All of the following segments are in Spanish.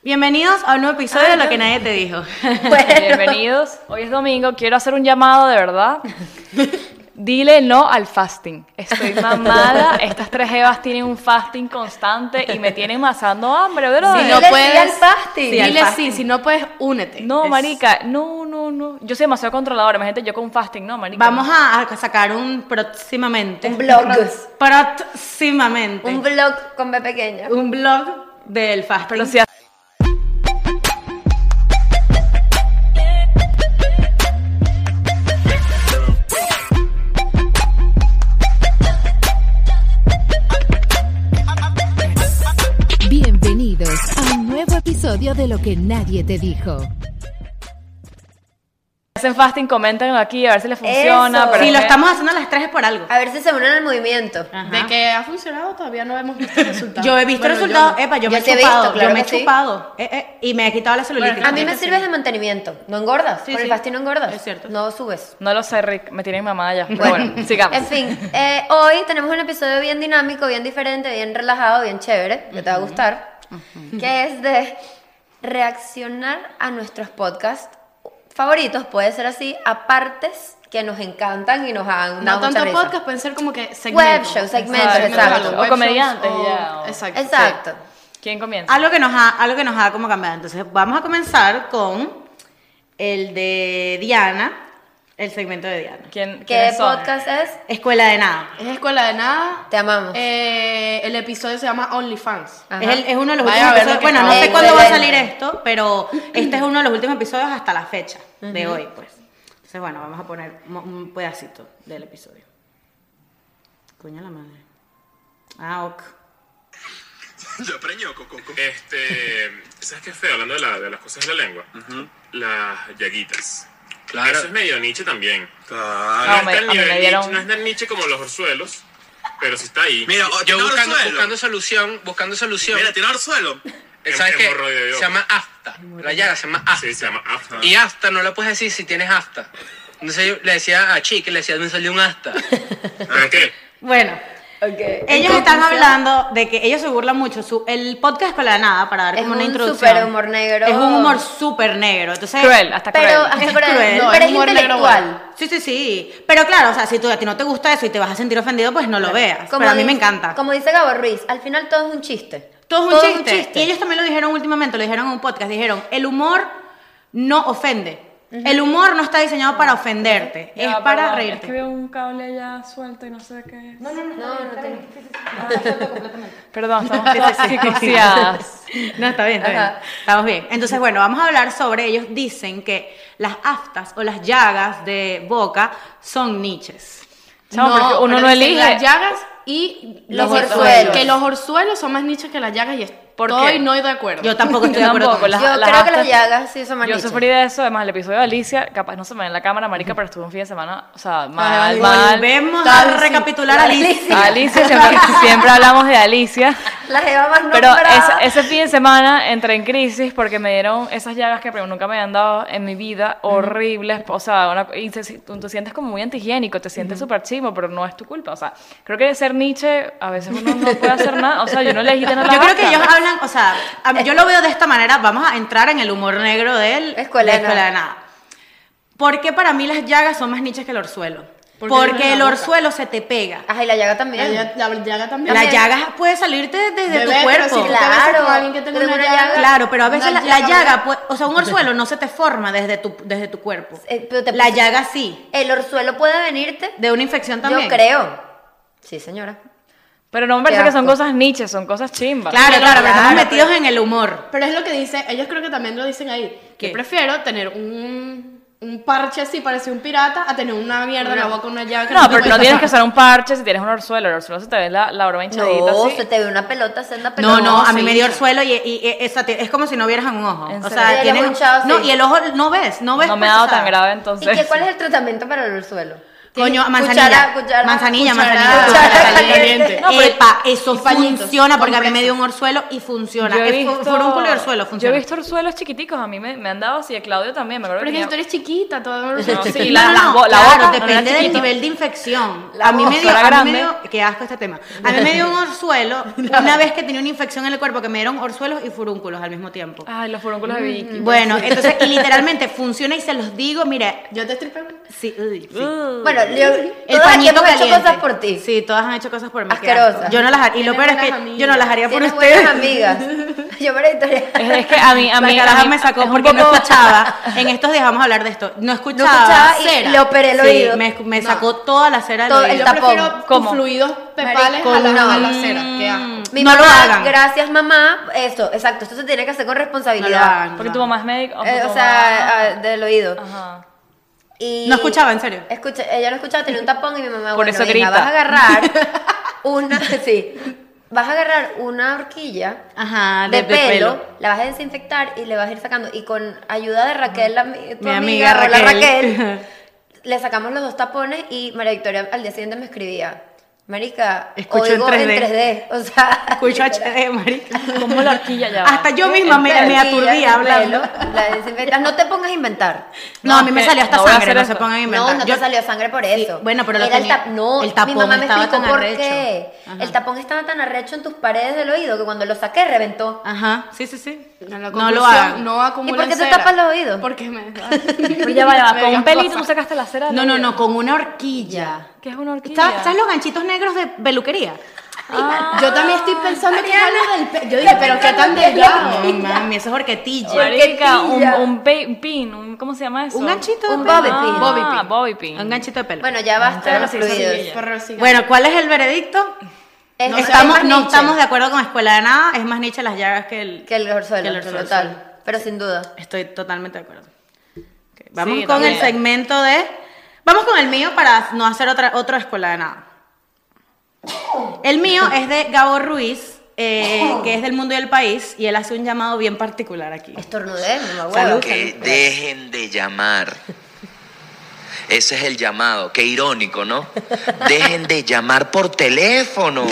Bienvenidos a un nuevo episodio de Lo que nadie te dijo. Bueno. Bienvenidos. Hoy es domingo. Quiero hacer un llamado de verdad. Dile no al fasting. Estoy mamada. Estas tres jevas tienen un fasting constante y me tienen masando hambre, ¿verdad? Si no puedes, al fasting. Dile sí. Si no puedes, únete. No, marica. No. Yo soy demasiado controladora. Imagínate yo con un fasting. No, marica. Vamos a sacar próximamente. Un blog. Próximamente. Un blog con B pequeña. Un blog del fasting. Pero si Bienvenidos a un nuevo episodio de Lo que nadie te dijo. hacen fasting, comenten aquí a ver si les funciona. Eso. Pero Si es lo que- estamos haciendo a las 3 es por algo. A ver si se unen al movimiento. Ajá. De que ha funcionado todavía no hemos visto resultados. Yo he visto Bueno, resultados. yo no. Epa, yo Yo me he te he chupado. visto, claro yo me he que sí. chupado. Y me he quitado la celulitis. Bueno, A mí me sirve de mantenimiento. No engordas. Sí, Por el sí. fasting no engordas. Es cierto. No subes. No lo sé, Rick. Me tienen mamada ya. Pero bueno, sigamos. En fin, hoy tenemos un episodio bien dinámico, bien diferente, bien relajado, bien chévere, que te va a gustar, que es de reaccionar a nuestros podcasts favoritos, puede ser así, a partes que nos encantan y nos han No dado mucha tanto risa. podcast, pueden ser como que Web segmentos. shows, segmentos, Exacto. exacto. O comediantes, ya. Exacto. Exacto. ¿Quién comienza? Algo que nos ha como cambiado. Entonces, vamos a comenzar con el de Diana, el segmento de Diana. ¿Quién ¿Qué son? podcast es? Escuela de nada. Es Escuela de Nada. Te amamos. El episodio se llama OnlyFans. Ajá. Es uno de los Vaya últimos a ver lo episodios. que Bueno, no está sé cuándo va a excelente. salir esto, pero este es uno de los últimos episodios hasta la fecha de hoy, pues. Entonces, bueno, vamos a poner un pedacito del episodio. Coño la madre. Ah, ok. Yo preño, Coco. ¿Sabes qué es feo? Hablando de las cosas de la lengua. Las llaguitas. Claro. Eso es medio niche también. Claro. No, No, me- está al a mí nivel me dieron- niche, no es tan niche como los orzuelos, pero sí está ahí. Mira, Sí. yo ¿tiene buscando solución. Mira, tiene orzuelo. ¿Sabes qué? Hemorroide de Se llama afta. La llaga se llama afta. Sí, se llama afta. Y afta no la puedes decir si tienes afta. Entonces yo le decía a Chi que le decía, me salió un afta. ¿Pero qué? Bueno, ellos están hablando de que ellos se burlan mucho. El podcast Escuela de Nada, para dar Es como una un introducción. súper humor negro. Es un humor súper negro. Entonces, Cruel, hasta Pero cruel. hasta Es cruel. cruel. No, No, pero es es humor negro intelectual. Sí. Pero claro, o sea, si a ti no te gusta eso y te vas a sentir ofendido, pues no lo veas. Como Pero a mí me dice- encanta. Como dice Gabo Ruiz, al final todo es un chiste. Todo es un chiste. Y ellos también lo dijeron últimamente, lo dijeron en un podcast. Dijeron, el humor no ofende. El humor no está diseñado para ofenderte. Ya, es para perdón, reírte. Es que veo un cable allá suelto y no sé qué es. No tengo. Perdón, estamos todas psicoseadas. No, está bien. Ajá. Estamos bien. Entonces, bueno, vamos a hablar sobre, ellos dicen que las aftas o las llagas de boca son niches. Chamo, porque uno pero no dicen elige. Las llagas y Los orzuelos. orzuelos. Que los orzuelos son más nichos que las llagas y ¿Por estoy qué? no de acuerdo. Yo tampoco estoy Yo de acuerdo tampoco, con las- eso. Yo las creo que las aftas- llagas sí son más Yo nichos. sufrí de eso, además el episodio de Alicia, capaz no se me ve en la cámara, marica, pero estuve un fin de semana, o sea, mal. Volvemos a recapitular a Alicia. Alicia, siempre hablamos de Alicia. La jeva más Pero nombrada. ese fin de semana entré en crisis porque me dieron esas llagas que nunca me habían dado en mi vida, horribles, o sea, tú te sientes como muy antihigiénico, te sientes súper chimo, pero no es tu culpa, o sea, creo que de ser Nietzsche a veces uno no puede hacer nada, o sea, yo no elegí tener la Yo creo que vaca. ellos hablan, o sea, yo lo veo de esta manera, vamos a entrar en el humor negro de Escuela de de Nada. ¿Por qué para mí las llagas son más niches que el orzuelo? Porque no es Porque la el boca. orzuelo se te pega. Ajá, y la llaga también. La llaga también. La llaga puede salirte desde Bebé, tu pero cuerpo. si tú te besas Claro, con alguien que tenga tengo una una llaga. llaga. Claro, pero a veces Una la llaga, ¿verdad? o sea, un orzuelo no se te forma desde tu cuerpo. Pero te- La llaga sí, El orzuelo puede venirte. de una infección también. Yo creo. Sí, señora. Pero no me parece Qué que son asco. cosas Nietzsche, son cosas chimbas. Claro, pero estamos Claro, metidos en el humor. Pero es lo que dice, ellos creo que también lo dicen ahí. ¿Qué? Yo prefiero tener un parche así, parece un pirata, a tener una mierda en la boca, una llaga. que No, te pero puedes no tienes que pasar. usar un parche si tienes un orzuelo. El orzuelo se te ve la broma hinchadita No, así. se te ve una pelota, senda pelota. No, a mí sí. me dio orzuelo y es como si no vieras en un ojo. ¿En O serio? sea, El ojo hinchado, no, sí. y el ojo no ves. No me pues, ha dado o sea, tan grave ¿Y entonces. qué, cuál es el tratamiento para el orzuelo? Coño, manzanilla. Manzanilla. caliente. No, pero- Epa, eso y pañitos, funciona porque a mí me compresas. dio un orzuelo y funciona. Yo he Es visto- furúnculo y orzuelo Yo funciona. he visto orzuelos chiquiticos, a mí me han dado así, a Claudio también, me acuerdo Pero es que que tú eres chiquita, todo No, sí, No, la no, boca, claro, no depende era del chiquito. nivel de infección. La A mí me boca dio, era a mí me grande. dio, qué asco este tema. A mí me dio un orzuelo una vez que tenía una infección en el cuerpo que me dieron orzuelos y furúnculos al mismo tiempo. Ay, los furúnculos de Vicky. Bueno, entonces, y literalmente funciona y se los digo, mire, Yo te estoy preguntando. sí, sí. Bueno, El todas aquí pañito hemos hecho caliente. cosas por ti. Sí, todas han hecho cosas por mí. qué Asquerosas. asco. Yo no las haría. Y lo Tienes peor es que buenas yo no las haría por Tienes ustedes. buenas amigas. Yo para Victoria. Es que a mí, La caraja me sacó es un porque no poco- escuchaba. En estos días vamos a hablar de esto. No escuchaba. No escuchaba y cera. le operé el Sí, oído. me sacó toda la cera del Todo oído. el Yo tapón. prefiero ¿Cómo? tus fluidos pepales Marico, a no. la cera. Qué asco. Mi No mamá, lo hagan. gracias mamá, eso, exacto, esto se tiene que hacer con No lo responsabilidad. hagan. Porque tu mamá es médico. O sea, del oído. Ajá. Y No escuchaba, en serio. Ella no escuchaba, tenía un tapón y mi mamá, Por bueno, eso hija, grita. vas a agarrar una, sí, vas a agarrar una horquilla Ajá, de pelo, la vas a desinfectar y le vas a ir sacando. Y con ayuda de Raquel, tu Mi amiga, amiga hola, Raquel. Raquel, le sacamos los dos tapones y María Victoria al día siguiente me escribía, marica, Escucho en oigo 3D. o sea, Escucho HD, marica. ¿Cómo la horquilla ya va? Hasta yo misma me horquilla aturdía de hablando. pelo, la desinfectas. No te pongas a inventar. No, a mí es me que salió hasta no voy a sangre, hacer no eso. se pongan a No, inventar. no te salió sangre por Sí, eso. bueno, pero lo Era tenía- no, el tapón mi mamá me estaba explicó tan por arrecho. qué. Ajá. El tapón estaba tan arrecho en tus paredes del oído que cuando lo saqué reventó. Ajá, sí, sí, sí. En la No conclusión, lo hagan. No acumulen ¿Y por qué te cera. tapas los oídos? Porque me da. Pero ya va, Me con un digan pelito cosas. tú sacaste la cera. del No, no, oído. no, con una horquilla. ¿Qué es una horquilla? ¿Sabes los ganchitos negros de peluquería? Yo también estoy pensando que es algo del pelo. Yo dije, pero qué tan delgado. No, mami, eso es horquetilla. Marica, Horquetilla. un pin, ¿cómo se llama eso? Un ganchito de Un pelo. bobby pin. Bobby pin. Bobby pin. Un ganchito de pelo. Bueno, ya basta de los sí, sí, fluidos. sí. Pero sí. Bueno, ¿cuál es el veredicto? Es No más estamos de acuerdo con Escuela de Nada, es más niche las llagas que el... que el orzuelo, que el orzuelo. total. Pero sin duda. Estoy totalmente de acuerdo. Ok, vamos Sí, con también. el segmento de... Vamos con el mío para no hacer otra Escuela de Nada. El mío es de Gabo Ruiz, que es del Mundo y del País, y él hace un llamado bien particular aquí. Estornudé, mamá Salud. huevo. Que dejen de llamar. Ese es el llamado. Qué irónico, ¿no? Dejen de llamar por teléfono.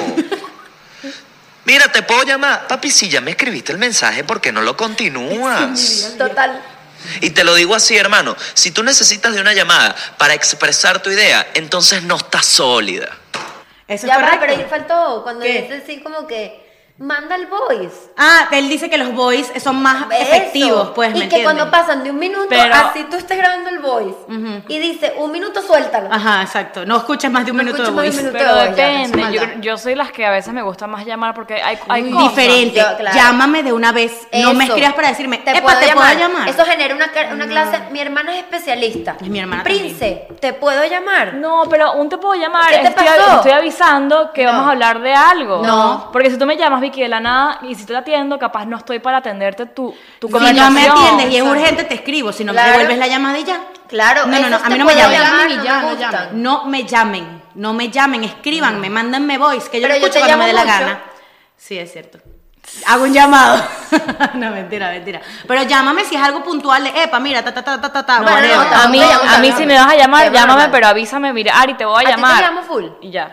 Mira, ¿te puedo llamar? Papi, si ya me escribiste el mensaje, ¿por qué no lo continúas? Total. Y te lo digo así, hermano. Si tú necesitas de una llamada para expresar tu idea, entonces no está sólida. ¿Eso Ya es va, correcto? pero ahí faltó cuando ¿Qué? dice así como que manda el voice. Ah, él dice que los voice son más efectivos, Eso. pues, ¿me Y que entienden? cuando pasan de un minuto, Pero- así tú estés grabando el voice y dice un minuto, suéltalo. Ajá, exacto. No escuches más de un No minuto de escuches más de voice. un minuto. Pero Todo, ya, depende. es Yo, maldad. yo soy las que a veces me gusta más llamar porque hay cosas. Diferente. Yo, claro. Llámame de una vez. No me Eso. escribas para decirme, ¿Te epa, puedo ¿te llamar? puedo llamar? Eso genera una clase. Mi hermana es especialista. Es mi hermana Prince, ¿te puedo llamar? No, pero un te puedo llamar. ¿Qué te pasó? Estoy avisando que No. vamos a hablar de algo. No. Porque si tú me llamas, Vicky, de la nada, y si te atiendo, capaz no estoy para atenderte tu Si conversación. no me atiendes y es urgente, te escribo. Si no, me Claro. devuelves la llamada y ya. Claro, No, no, no, esos a mí te no me puedo llamen. llamar, Ya, no ya, me no gustan. llamen. No me llamen. No me llamen, escríbanme, mándenme voice, que yo Pero lo yo escucho te cuando me dé la llamo mucho. gana. Sí, es cierto. Hago un llamado. No, mentira, mentira. Pero llámame si es algo puntual de, epa, mira, ta. No, whatever. no, A mí, tampoco a mí si me vas a Qué llamar, llámame, normal. pero avísame, mira, Ari, te voy a ¿A ti te llamar. llamo full? Y ya.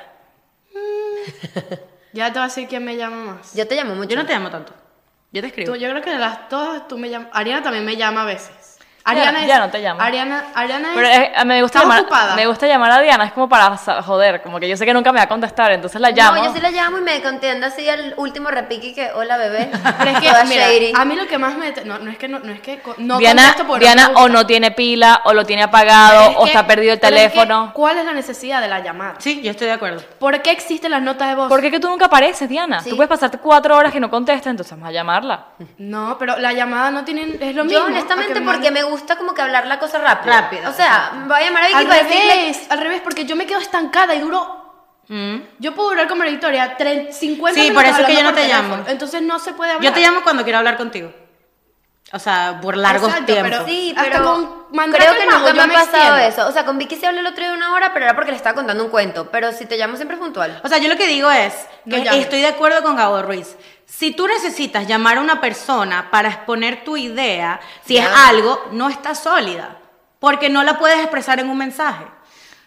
Ya te voy a decir quién me llama más. Yo te llamo mucho. Yo no te llamo tanto. Yo te escribo. Yo creo que de las todas tú me llamas. Ariana también me llama a veces. Ya, Ariana ya no te llamo. Ariana es. Pero me gusta está llamar, ocupada. me gusta llamar a Diana, es como para joder, como que yo sé que nunca me va a contestar, entonces la llamo. No, yo sí la llamo y me contiendo así al último repique que, hola bebé. Pero es que, Toda mira, shady. a mí lo que más me... No es que no Diana, contesto porque Diana no me o gusta. no tiene pila, o lo tiene Pero apagado, es o que- está perdido el pero es que, teléfono. ¿cuál es la necesidad de la llamada? Sí, yo estoy de acuerdo. ¿Por qué existen las notas de voz? ¿Por qué que tú nunca apareces, Diana? Sí. Tú puedes pasarte 4 horas que no contestas, entonces vamos a llamarla. No, pero la llamada no tiene... Es lo mismo. Yo honestamente a que porque me manden- gusta como que hablar la cosa rápido. Rápido. O sea, voy a llamar a Vicky Al para decirle... revés, porque yo me quedo estancada y duro... Yo puedo durar con María Victoria 50 Sí, minutos por eso es que yo hablando no te por teléfono. llamo. Entonces no se puede hablar. Yo te llamo cuando quiero hablar contigo. O sea, por largos Exacto, tiempos. pero- Sí, Hasta pero con mandar creo al que mago nunca me yo ha me pasado extiendo. eso. O sea, con Vicky se habló el otro día 1 hora, pero era porque le estaba contando un cuento. Pero si te llamo siempre es puntual. O sea, yo lo que digo es No que llames. estoy de acuerdo con Gabo Ruiz. Si tú necesitas llamar a una persona para exponer tu idea, si es Llama. algo, no está sólida, porque no la puedes expresar en un mensaje. O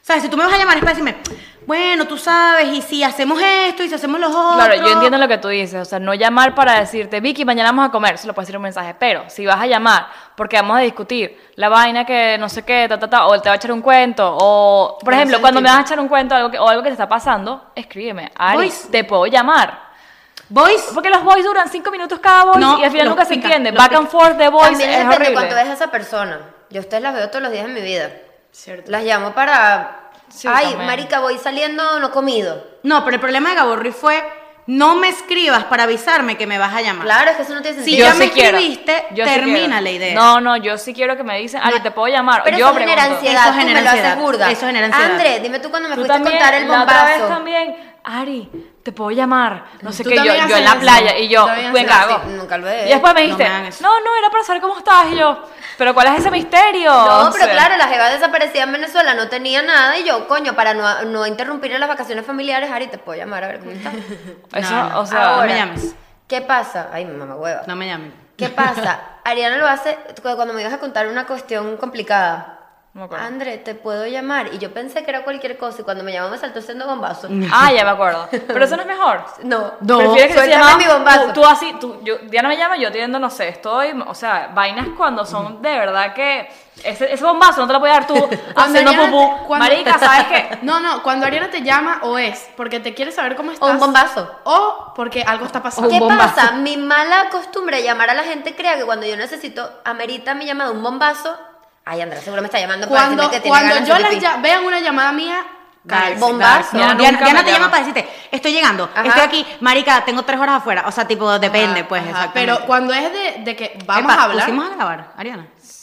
¿Sabes? Si tú me vas a llamar es para decirme, bueno, tú sabes, y si hacemos esto, y si hacemos los otros. Claro, yo entiendo lo que tú dices, o sea, no llamar para decirte, Vicky, mañana vamos a comer, se lo puedes decir un mensaje, pero si vas a llamar porque vamos a discutir la vaina que no sé qué, o él te va a echar un cuento, o, por ejemplo, cuando me vas a echar un cuento o algo que te está pasando, escríbeme, Ari, Voice. te puedo llamar. ¿Voice? Porque los voice duran 5 minutos cada voice No, y al final los nunca se pica, entiende. los Back pica. and forth de voice También es depende de horrible. cuánto ves a esa persona. Yo a ustedes las veo todos los días en mi vida. Cierto. Las llamo para... Sí, Ay, también. marica, voy saliendo, no comido. No, pero el problema de Gabo Ruiz fue, no me escribas para avisarme que me vas a llamar. Claro, es que eso no tiene Si sentido. ya me quiero. escribiste, Yo sí termina quiero. la idea. No, yo sí quiero que me dicen, Ari, te puedo llamar. Pero Yo eso genera pregunto. ansiedad, Eso tú genera me lo haces ansiedad. burda. Eso genera ansiedad. André, dime tú cuando me Tú fuiste a también, contar el la otra vez bombazo. también, Ari, te puedo llamar, no sé Tú qué, yo también en haces la eso. playa, y yo, Tú también venga, haces hago. Sí, nunca lo he Y después me No dijiste, me hagan eso. no, era para saber cómo estabas, y yo, pero ¿cuál es ese misterio? No, O pero sea, claro, la jeva desaparecida en Venezuela no tenía nada y yo, coño, para no interrumpir las vacaciones familiares, Ari, te puedo llamar a ver cómo estás. Eso, No, o sea, Ahora. Ahora, me llames. ¿qué pasa? Ay, mamá hueva. No me llames. ¿Qué pasa? Ariana lo hace cuando me ibas a contar una cuestión complicada. no me acuerdo. André, te puedo llamar. Y yo pensé que era cualquier cosa y cuando me llamó me saltó siendo bombazo. Ah, ya me acuerdo. Pero eso no es mejor. No, Prefieres que se suéltame llama mi bombazo. tú así, Diana me llama, yo entiendo, no sé, o sea, vainas cuando son de verdad que ese bombazo no te lo puede dar tú haciendo Ariana pupú. cuando- Marica, ¿sabes qué? No, cuando Ariana te llama o es porque te quiere saber cómo estás. O un bombazo. O porque algo está pasando. ¿Qué bombazo. pasa? Mi mala costumbre de llamar a la gente crea que cuando yo necesito, amerita mi llamada un bombazo. Ay, Andrea, seguro me está llamando para Cuando, decirme que tiene cuando ganas yo de las pipí. vean una llamada mía, Darks, bombazo. Darks. No, Diana nunca me te llama llama. para decirte, estoy llegando, Ajá. estoy aquí, marica, tengo 3 horas afuera. O sea, tipo, depende, pues, ajá, exactamente. pero cuando es de que vamos Epa, a hablar. ¿pusimos a grabar, Ariana?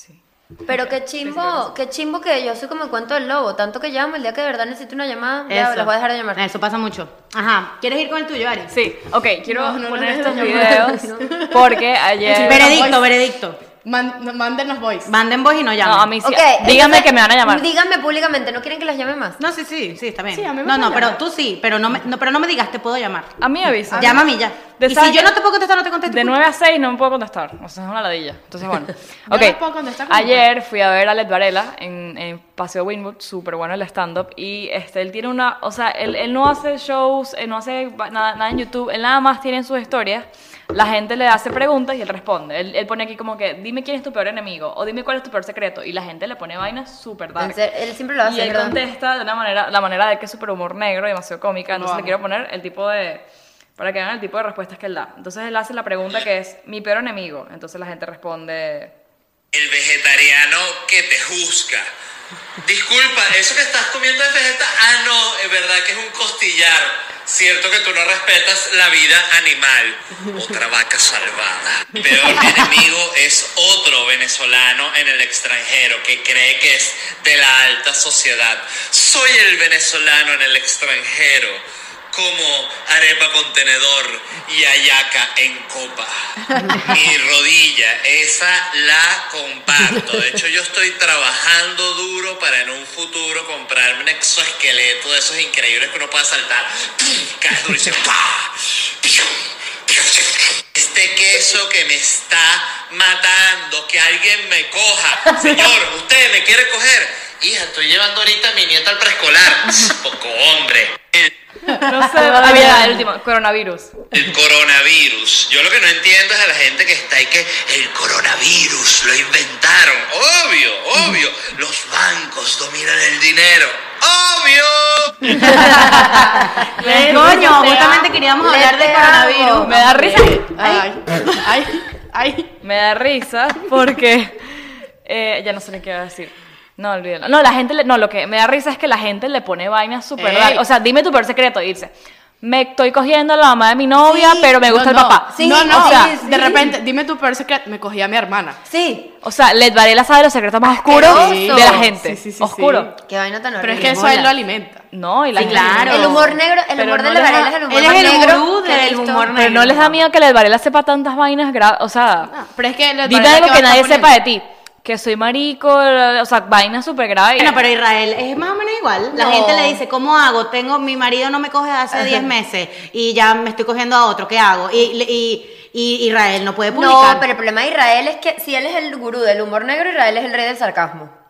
Pero qué chimbo que yo soy como el cuento del lobo. Tanto que llamo, el día que de verdad necesito una llamada, ya Eso. las voy a dejar de llamar. Eso pasa mucho. Ajá, ¿quieres ir con el tuyo, Ari? Sí, ok, quiero No, poner no, estos no, videos porque ayer... Veredicto, veredicto. Mándenos voice. Manden voz y no llamen. No, a mí sí. Ok, Díganme entonces, que me van a llamar. Díganme públicamente, ¿no quieren que las llame más? No, sí, está bien. Sí, a mí me no, pueden pero llamar. tú sí, pero pero no me digas, te puedo llamar. A mí me avisan. Llámame y ya. De Y sabes si yo que- no te puedo contestar, no te contesto. De 9 a 6 no me puedo contestar, o sea, es una ladilla. Entonces, bueno. Yo Ok, no puedo contestar como ayer fui a ver a Led Varela en Paseo Winwood, súper bueno el stand-up, y él tiene una, o sea, él no hace shows, él no hace nada en YouTube, él nada más tiene en sus historias, la gente le hace preguntas y él responde. Él pone aquí como que, dime quién es tu peor enemigo, o dime cuál es tu peor secreto, y la gente le pone vainas súper dark. Él siempre lo hace, Y él ¿verdad? contesta de una manera, la manera de él que es súper humor negro y demasiado cómica, entonces le quiero poner el tipo de, para que vean el tipo de respuestas que él da. Entonces él hace la pregunta que es, mi peor enemigo, entonces la gente responde, El vegetariano que te juzga. Disculpa, ¿eso que estás comiendo es vegetal? Ah, no, es verdad que es un costillar. Cierto que tú no respetas la vida animal. Otra vaca salvada. Peor enemigo es otro venezolano en el extranjero que cree que es de la alta sociedad. Soy el venezolano en el extranjero. Como arepa con tenedor y hallaca en copa. Mi rodilla, esa la comparto. De hecho, yo estoy trabajando duro para en un futuro comprarme un exoesqueleto de esos increíbles que uno pueda saltar. Caes durísimo. Este queso que me está matando, que alguien me coja. Señor, ¿usted me quiere coger? Hija, estoy llevando ahorita a mi nieta al preescolar. Poco hombre. no sé, había el último, coronavirus. El coronavirus. Yo lo que no entiendo es a la gente que está ahí que el coronavirus lo inventaron. Obvio. Los bancos dominan el dinero. Obvio. Coño, justamente queríamos hablar de coronavirus. Me da risa, Ay. me da risa porque, ya no sé ni qué iba a decir. No, olvídalo. No, la gente, lo que me da risa es que la gente le pone vainas súper Ey. dark. O sea, dime tu peor secreto, y dice, me estoy cogiendo a la mamá de mi novia, pero me gusta el papá. Sí, no, o sea, sí. De repente, dime tu peor secreto. Me cogí a mi hermana. Sí. O sea, Led Varela sabe los secretos más oscuros Asqueroso. de la gente. Sí. Oscuro. Qué vaina tan Pero es horrible. que eso a él lo alimenta. No, y la Sí, gente- claro. El humor negro, el Pero humor no de les la da- Varela es el humor Él es más el negro gurú que he del visto. humor Pero no les da miedo que Led Varela sepa tantas vainas, o sea, Pero es que dime algo que nadie sepa de ti. Que soy marico, o sea, vainas súper graves. Bueno, pero Israel es más o menos igual. La No. gente le dice, ¿cómo hago? Mi marido no me coge hace 10 meses y ya me estoy cogiendo a otro, ¿qué hago? Y Israel no puede publicar. No, pero el problema de Israel es que si él es el gurú del humor negro, Israel es el rey del sarcasmo.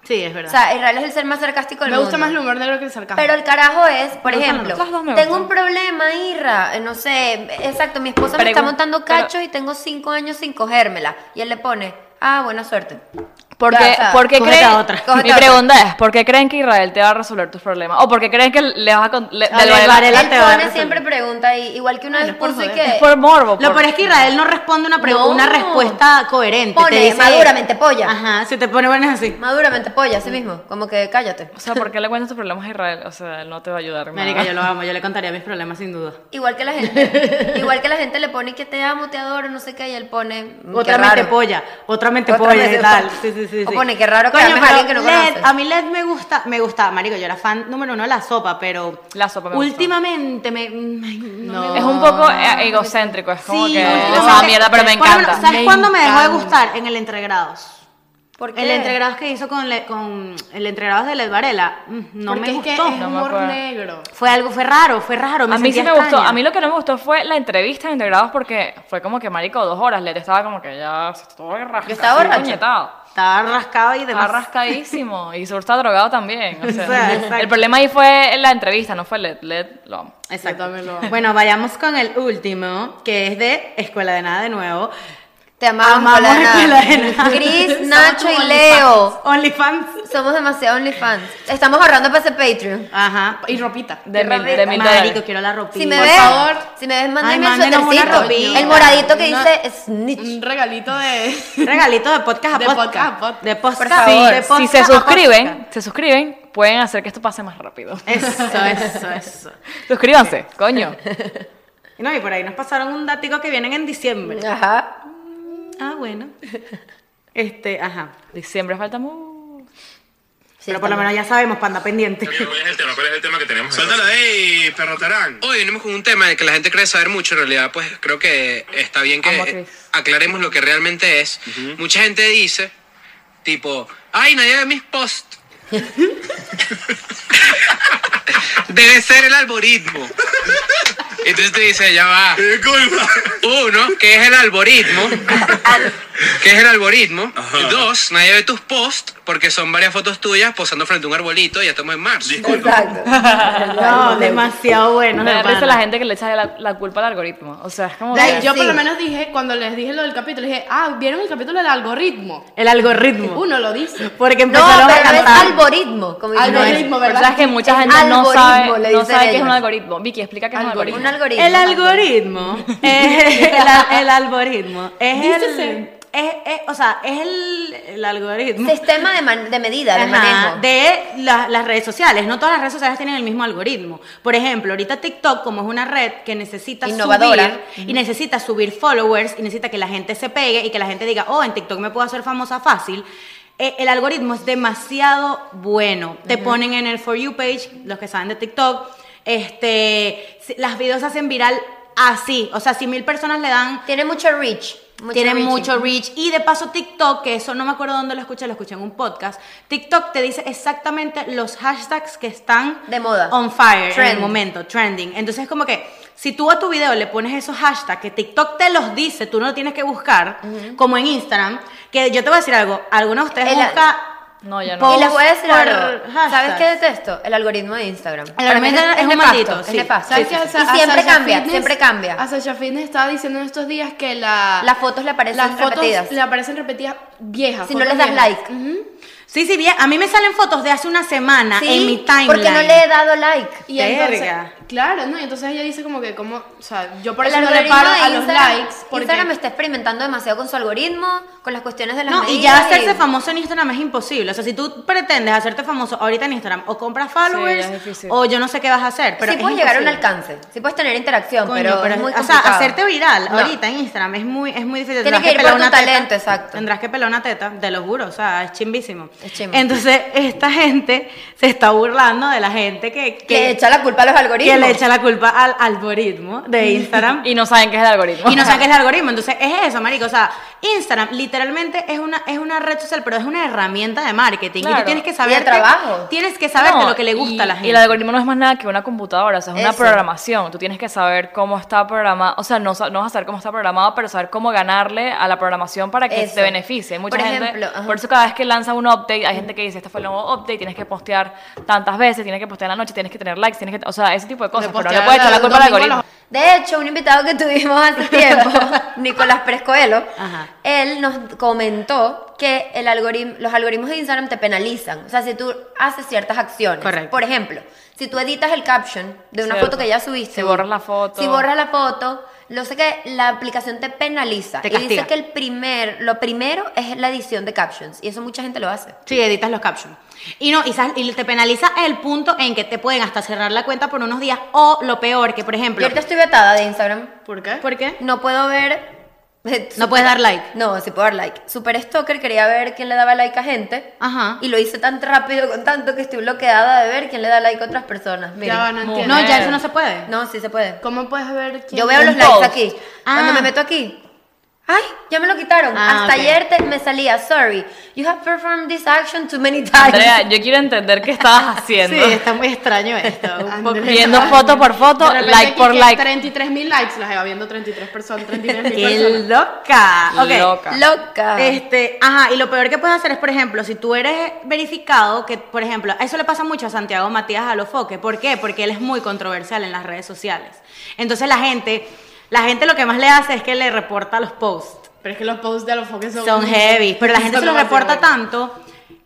Sí, es O verdad. sea, Israel es el ser más sarcástico del Me mundo. gusta más el humor negro que el sarcasmo. Pero el carajo es, por Me gustan ejemplo, los dos, me tengo gustan. un problema, Irra, no sé, exacto, mi esposa me está montando cachos y tengo 5 años sin cogérmela. Y él le pone, buena suerte. ¿Por Ya, qué, o sea, por qué cógete creen, a otra. Cógete mi a otra. pregunta es, ¿por qué creen que Israel te va a resolver tus problemas? ¿O por qué creen que le vas a... Del Varela Él te va a pone resolver. siempre pregunta ahí, igual que una vez por puse joder. que... Es por morbo. Lo peor es que Israel no responde una No. una respuesta coherente. Pone, te dice, maduramente, polla. Ajá, si te pone bueno es así. Maduramente polla, así mismo, como que cállate. O sea, ¿por qué le cuentas tus problemas a Israel? O sea, él no te va a ayudar. Marica, nada. yo lo amo, yo le contaría mis problemas sin duda. Igual que la gente le pone que te amo, te adoro, no sé qué, y él pone... Otra qué mente raro. polla, otra mente Otra polla mente y tal. polla. Sí. O pone, qué raro que Coño, ames a pero alguien que no LED, conoces. a mí LED me gusta, marico, yo era fan número 1 de la sopa, pero La sopa me gusta. últimamente no. Es un poco egocéntrico, es como Sí, que últimamente- esa mierda, pero me Por lo menos, encanta. ¿Sabes Me cuándo me dejó de encanta. gustar? En el Entregrados. ¿Por qué? El Entregrados que hizo con el Entregrados de LED Varela, no Porque me es que gustó. es No me humor acuerdo. negro. Fue raro. A mí sí sentía me gustó. extraña. A mí lo que no me gustó fue la entrevista de Integrados porque fue como que, marico, 2 horas. Le estaba como que ya se estaba rascado. Yo estaba borracha. Puñetado. Estaba rascado y Estaba demás. rascadísimo. Y seguro estaba drogado también. O sea, O sea, exacto. el problema ahí fue la entrevista, no fue LED. LED lo amo. Exacto. Yo también lo amo. Bueno, vayamos con el último, que es de Escuela de Nada de nuevo. Te amamos, Amamos Escuela de Escuela de Nada. Nada. Cris, Somos Nacho tu y Leo. OnlyFans. Somos demasiado OnlyFans. Estamos ahorrando para ese Patreon. Ajá. Y ropita. De mil Marico, dólares. quiero la ropita. Si me Por ves, favor. si me ves, Ay, mándenme el mándenos una suétercito. ropita. El moradito que Una- dice Snitch. Un regalito de... Regalito de podcast a De podcast. podcast a podcast. De podcast. Por favor. de Si podcast se a suscriben, pueden hacer que esto pase más rápido. Eso. Suscríbanse, coño. Y no, y por ahí nos pasaron un datico que vienen en diciembre. Ajá. Ah, bueno. Ajá. Diciembre falta mucho. Sí, Pero por lo menos ya sabemos, panda pendiente. ¿Cuál es el tema? ¿Cuál es el tema que tenemos? Suéltalo ahí, perro tarán. Hoy venimos con un tema de que la gente cree saber mucho. En realidad, pues creo que está bien Amo a que Chris. aclaremos lo que realmente es. Mucha gente dice, tipo, ay, nadie ve mis posts. Debe ser el algoritmo. Entonces te dice, ya va. Uno, ¿qué es el algoritmo? ¿Qué es el algoritmo? Dos, nadie ve tus posts porque son varias fotos tuyas posando frente a un arbolito y ya estamos en marzo. Exacto. No, demasiado bueno. Me da de risa pana. la gente que le echa la culpa al algoritmo. O sea, es como Like, que... yo por Sí. lo menos dije, cuando les dije lo del capítulo, dije, ¿vieron el capítulo del algoritmo? El algoritmo. Uno lo dice. Porque No, empezaron a pero es cantar. algoritmo. Como dicen Algoritmo, ellos. Pero ¿verdad? sabes que mucha Es gente no algoritmo, sabe, le no dicen sabe qué es ellos. un algoritmo. Vicky, explica qué es un algoritmo. Un algoritmo. El algoritmo. El algoritmo. O sea, es el algoritmo. Sistema de medida, de Ajá, manejo. de las redes sociales. No todas las redes sociales tienen el mismo algoritmo. Por ejemplo, ahorita TikTok, como es una red que necesita Innovadora. subir y necesita subir followers y necesita que la gente se pegue y que la gente diga, oh, en TikTok me puedo hacer famosa fácil. El algoritmo es demasiado bueno. Te ponen en el For You page, los que saben de TikTok, las videos se hacen viral así. O sea, si 1000 personas le dan Tiene mucho reach. tienen mucho reach. Y de paso TikTok, que eso no me acuerdo dónde lo escuché en un podcast. TikTok te dice exactamente los hashtags que están De moda. on fire en Trend. el momento, trending. Entonces es como que si tú a tu video le pones esos hashtags que TikTok te los dice, tú no lo tienes que buscar, como en Instagram, que yo te voy a decir algo, alguno de ustedes El- busca No, ya no. Y les voy a decir por algo. ¿Sabes hashtags. qué detesto? El algoritmo de Instagram. El Para mí algoritmo es un nefasto, maldito, es sí. nefasto. ¿Sabes Sí, qué? sí. Y siempre cambia, siempre cambia. A Sasha Fitness estaba diciendo en estos días que Las fotos le aparecen las fotos repetidas. le aparecen repetidas viejas. Si no fotos les das viejas. like. Ujú. Sí, sí, bien. A mí me salen fotos de hace una semana Sí, en mi timeline. porque no le he dado like. Y entonces, Verga. claro, ¿no? Y entonces ella dice como que, o sea, yo por El eso no le algoritmo paro de a los Instagram- likes. Porque Instagram está experimentando demasiado con su algoritmo, con las cuestiones de las No, medidas. y ya hacerse famoso en Instagram es imposible. O sea, si tú pretendes hacerte famoso ahorita en Instagram, o compras followers, ya es difícil. o yo no sé qué vas a hacer. Pero sí es puedes llegar a un imposible. alcance, sí puedes tener interacción, Coño, pero es muy o complicado. sea, hacerte viral No. ahorita en Instagram es muy difícil. Tienes Tendrás que ir pelar por tu una teta. talento, exacto. Tendrás que pelar una teta, te lo juro, o sea, es chimbísimo. Es chimbo. Entonces, esta gente se está burlando de la gente que Que echa la culpa a los algoritmos. que le echa la culpa al algoritmo de Instagram. Y no saben qué es el algoritmo. Y no saben qué es el algoritmo. Entonces, es eso, marico. O sea, Instagram literalmente es una red social, pero es una herramienta de marketing. Y Claro. tú tienes que Y saber de trabajo. Tienes que saber No, de lo que le gusta y- a la gente. Y el algoritmo no es más nada que una computadora, o sea, es una Eso. programación. Tú tienes que saber cómo está programado, o sea, no vas a saber cómo está programado, pero saber cómo ganarle a la programación para que Eso. te beneficie. Hay mucha Por gente, ejemplo, ajá. por eso cada vez que lanza un update, hay gente que dice, este fue el nuevo update, tienes que postear tantas veces, tienes que postear en la noche, tienes que tener likes, tienes que, o sea, ese tipo de cosas, pero no le postear puedes echar la el culpa al domingo a algoritmo. De hecho, un invitado que tuvimos hace tiempo, Nicolás Prescoelo, Ajá. él nos comentó que los algoritmos de Instagram te penalizan. O sea, si tú haces ciertas acciones. Correcto. Por ejemplo, si tú editas el caption de una Cierto. foto que ya subiste. Si borras la foto. Si borras la foto, lo sé que la aplicación te penaliza. Te y dice castiga. que lo primero es la edición de captions. Y eso mucha gente lo hace. Sí, editas los captions. Y no, y te penaliza el punto en que te pueden hasta cerrar la cuenta por unos días. O lo peor, que por Yo ejemplo. ahorita estoy vetada de Instagram. ¿Por qué? ¿Por qué? No puedo ver... No puedes dar like. No, sí puedo dar like. Super Stalker quería ver quién le daba like a gente. Ajá. Y lo hice tan rápido con tanto que estoy bloqueada de ver quién le da like a otras personas. Miren. Ya no entiendo. No, ya eso no se puede. No, sí se puede. ¿Cómo puedes ver quién? Yo veo Un los likes post. aquí. Ah. Cuando me meto aquí. Ay, ya me lo quitaron. Ah, Hasta ok. ayer me salía, sorry, you have performed this action too many times. Andrea, yo quiero entender qué estabas haciendo. Sí, está muy extraño esto. Un poco. Viendo foto por foto, De repente like aquí por que like. 33.000 likes, las iba viendo 33 personas, 33.000 ¡Qué personas. loca! Ok. Loca. Loca. Ajá, y lo peor que puedes hacer es, por ejemplo, si tú eres verificado, que, por ejemplo, eso le pasa mucho a Santiago Matías Alofoque. ¿Por qué? Porque él es muy controversial en las redes sociales. Entonces la gente lo que más le hace es que le reporta los posts. Pero es que los posts de los foques Son heavy, pero la gente son se lo demasiado reporta buenos. tanto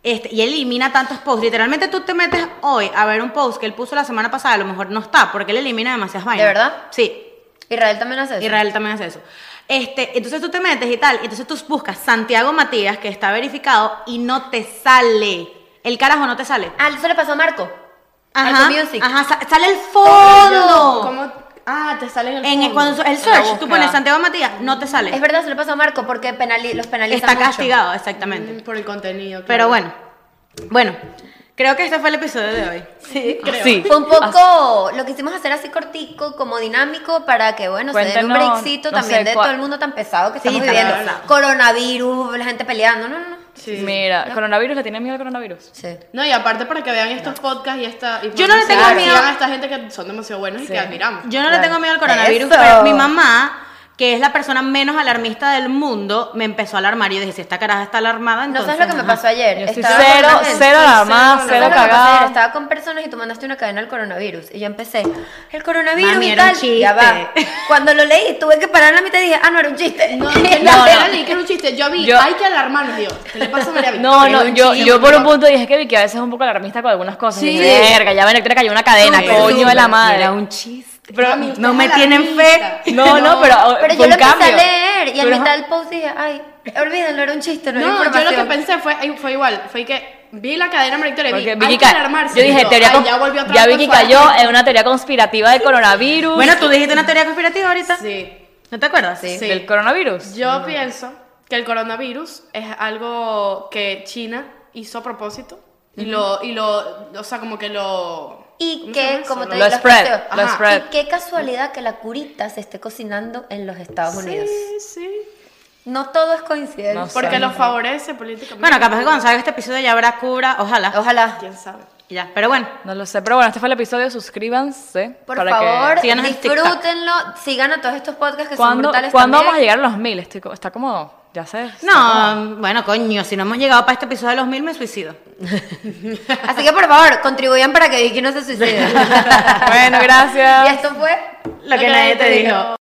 y elimina tantos posts. Literalmente tú te metes hoy a ver un post que él puso la semana pasada, a lo mejor no está, porque él elimina demasiadas vainas. verdad? Sí, Israel también hace eso. Israel también hace eso. Entonces tú te metes y tal, entonces tú buscas Santiago Matías, que está verificado, y no te sale. El carajo no te sale. Ah, eso le pasó a Marco. Ajá, Alto Music. ajá, sale el fondo. ¿Cómo? Ah, te sale en el En fondo. cuando el la search, tú búsqueda. pones Santiago Matías, no te sale. Es verdad, se le pasó a Marco porque los penalizan Está mucho. castigado, exactamente. Por el contenido. Pero claro. bueno, creo que este fue el episodio de hoy. Sí, Creo. Sí. Fue un poco, lo quisimos hacer así cortico, como dinámico, para que, bueno, se den un Cuéntenos, breakcito no también sé, de cuál- todo el mundo tan pesado que Sí, estamos tan viviendo. pesado. Coronavirus, la gente peleando, no. Sí. Mira, coronavirus, ¿le tienen miedo al coronavirus? Sí. No, y aparte para que vean estos podcasts y esta... Yo no le tengo información, miedo. sigan a esta gente que son demasiado buenos y que admiramos. Yo no le tengo miedo al coronavirus, Eso. pero mi mamá, que es la persona menos alarmista del mundo, me empezó a alarmar. Y yo dije, si esta caraja está alarmada, No entonces... sabes lo que me ajá. pasó ayer. Yo estoy Estaba con cero, la gente. cero alarmada, cero cero ¿Sabes lo que me pasó ayer? cagada. Estaba con personas y tú mandaste una cadena al coronavirus. Y yo empecé, el coronavirus Mami, y era un tal. Ya va. chiste. Cuando lo leí, tuve que parar en la mitad y dije, no era un chiste. No, que no, leí que era un chiste. Yo vi, hay que alarmarnos, digo. ¿Qué le pasa a María No, Victoria? no, Es un yo, chiste, yo por un no. punto dije que Vicky a veces es un poco alarmista con algunas cosas. Sí. Y dije, verga, ya ven, le cayó una cadena, Sí, coño de la madre. Era un chiste. Pero Mami, usted no es me tienen alarmista. fe. no, pero Pero fue yo lo un empecé cambio. a leer y en Pero- mitad del post dije, ay, olvídenlo, era un chiste, no era No, yo información. lo que pensé fue igual. Fue que vi la cadena María Victoria y Porque vi, Vicky hay que ca- alarmarse. yo dije, Digo, teoría ay, ya volvió otra ya vez Vicky con su cayó alarma. en una teoría conspirativa del coronavirus. Bueno, tú dijiste una teoría conspirativa ahorita. Sí. ¿No te acuerdas? Sí. ¿Del coronavirus? Yo pienso que el coronavirus es algo que China hizo a propósito y o sea, como que lo... Y ¿cómo se llama que, eso? como te Lo digo, spread, posteo. lo Ajá. spread. Y qué casualidad que la curita se esté cocinando en los Estados Unidos. Sí. No todo es coincidencia. No sé. Porque lo favorece políticamente. Bueno, capaz que cuando salga este episodio ya habrá cura, ojalá. Ojalá. ¿Quién sabe? Y ya, pero bueno. No lo sé, pero bueno, este fue el episodio, suscríbanse. Por para favor, que... síganos en TikTok. disfrútenlo, sigan a todos estos podcasts que son ¿Cuándo, brutales ¿cuándo también. vamos a llegar a los 1000? Está como, ya sé. está No, bueno, coño, si no hemos llegado para este episodio de los 1000, me suicido. Así que por favor, contribuyan para que Vicky no se suicide. como- Bueno, gracias. Y esto fue Lo que nadie te dijo.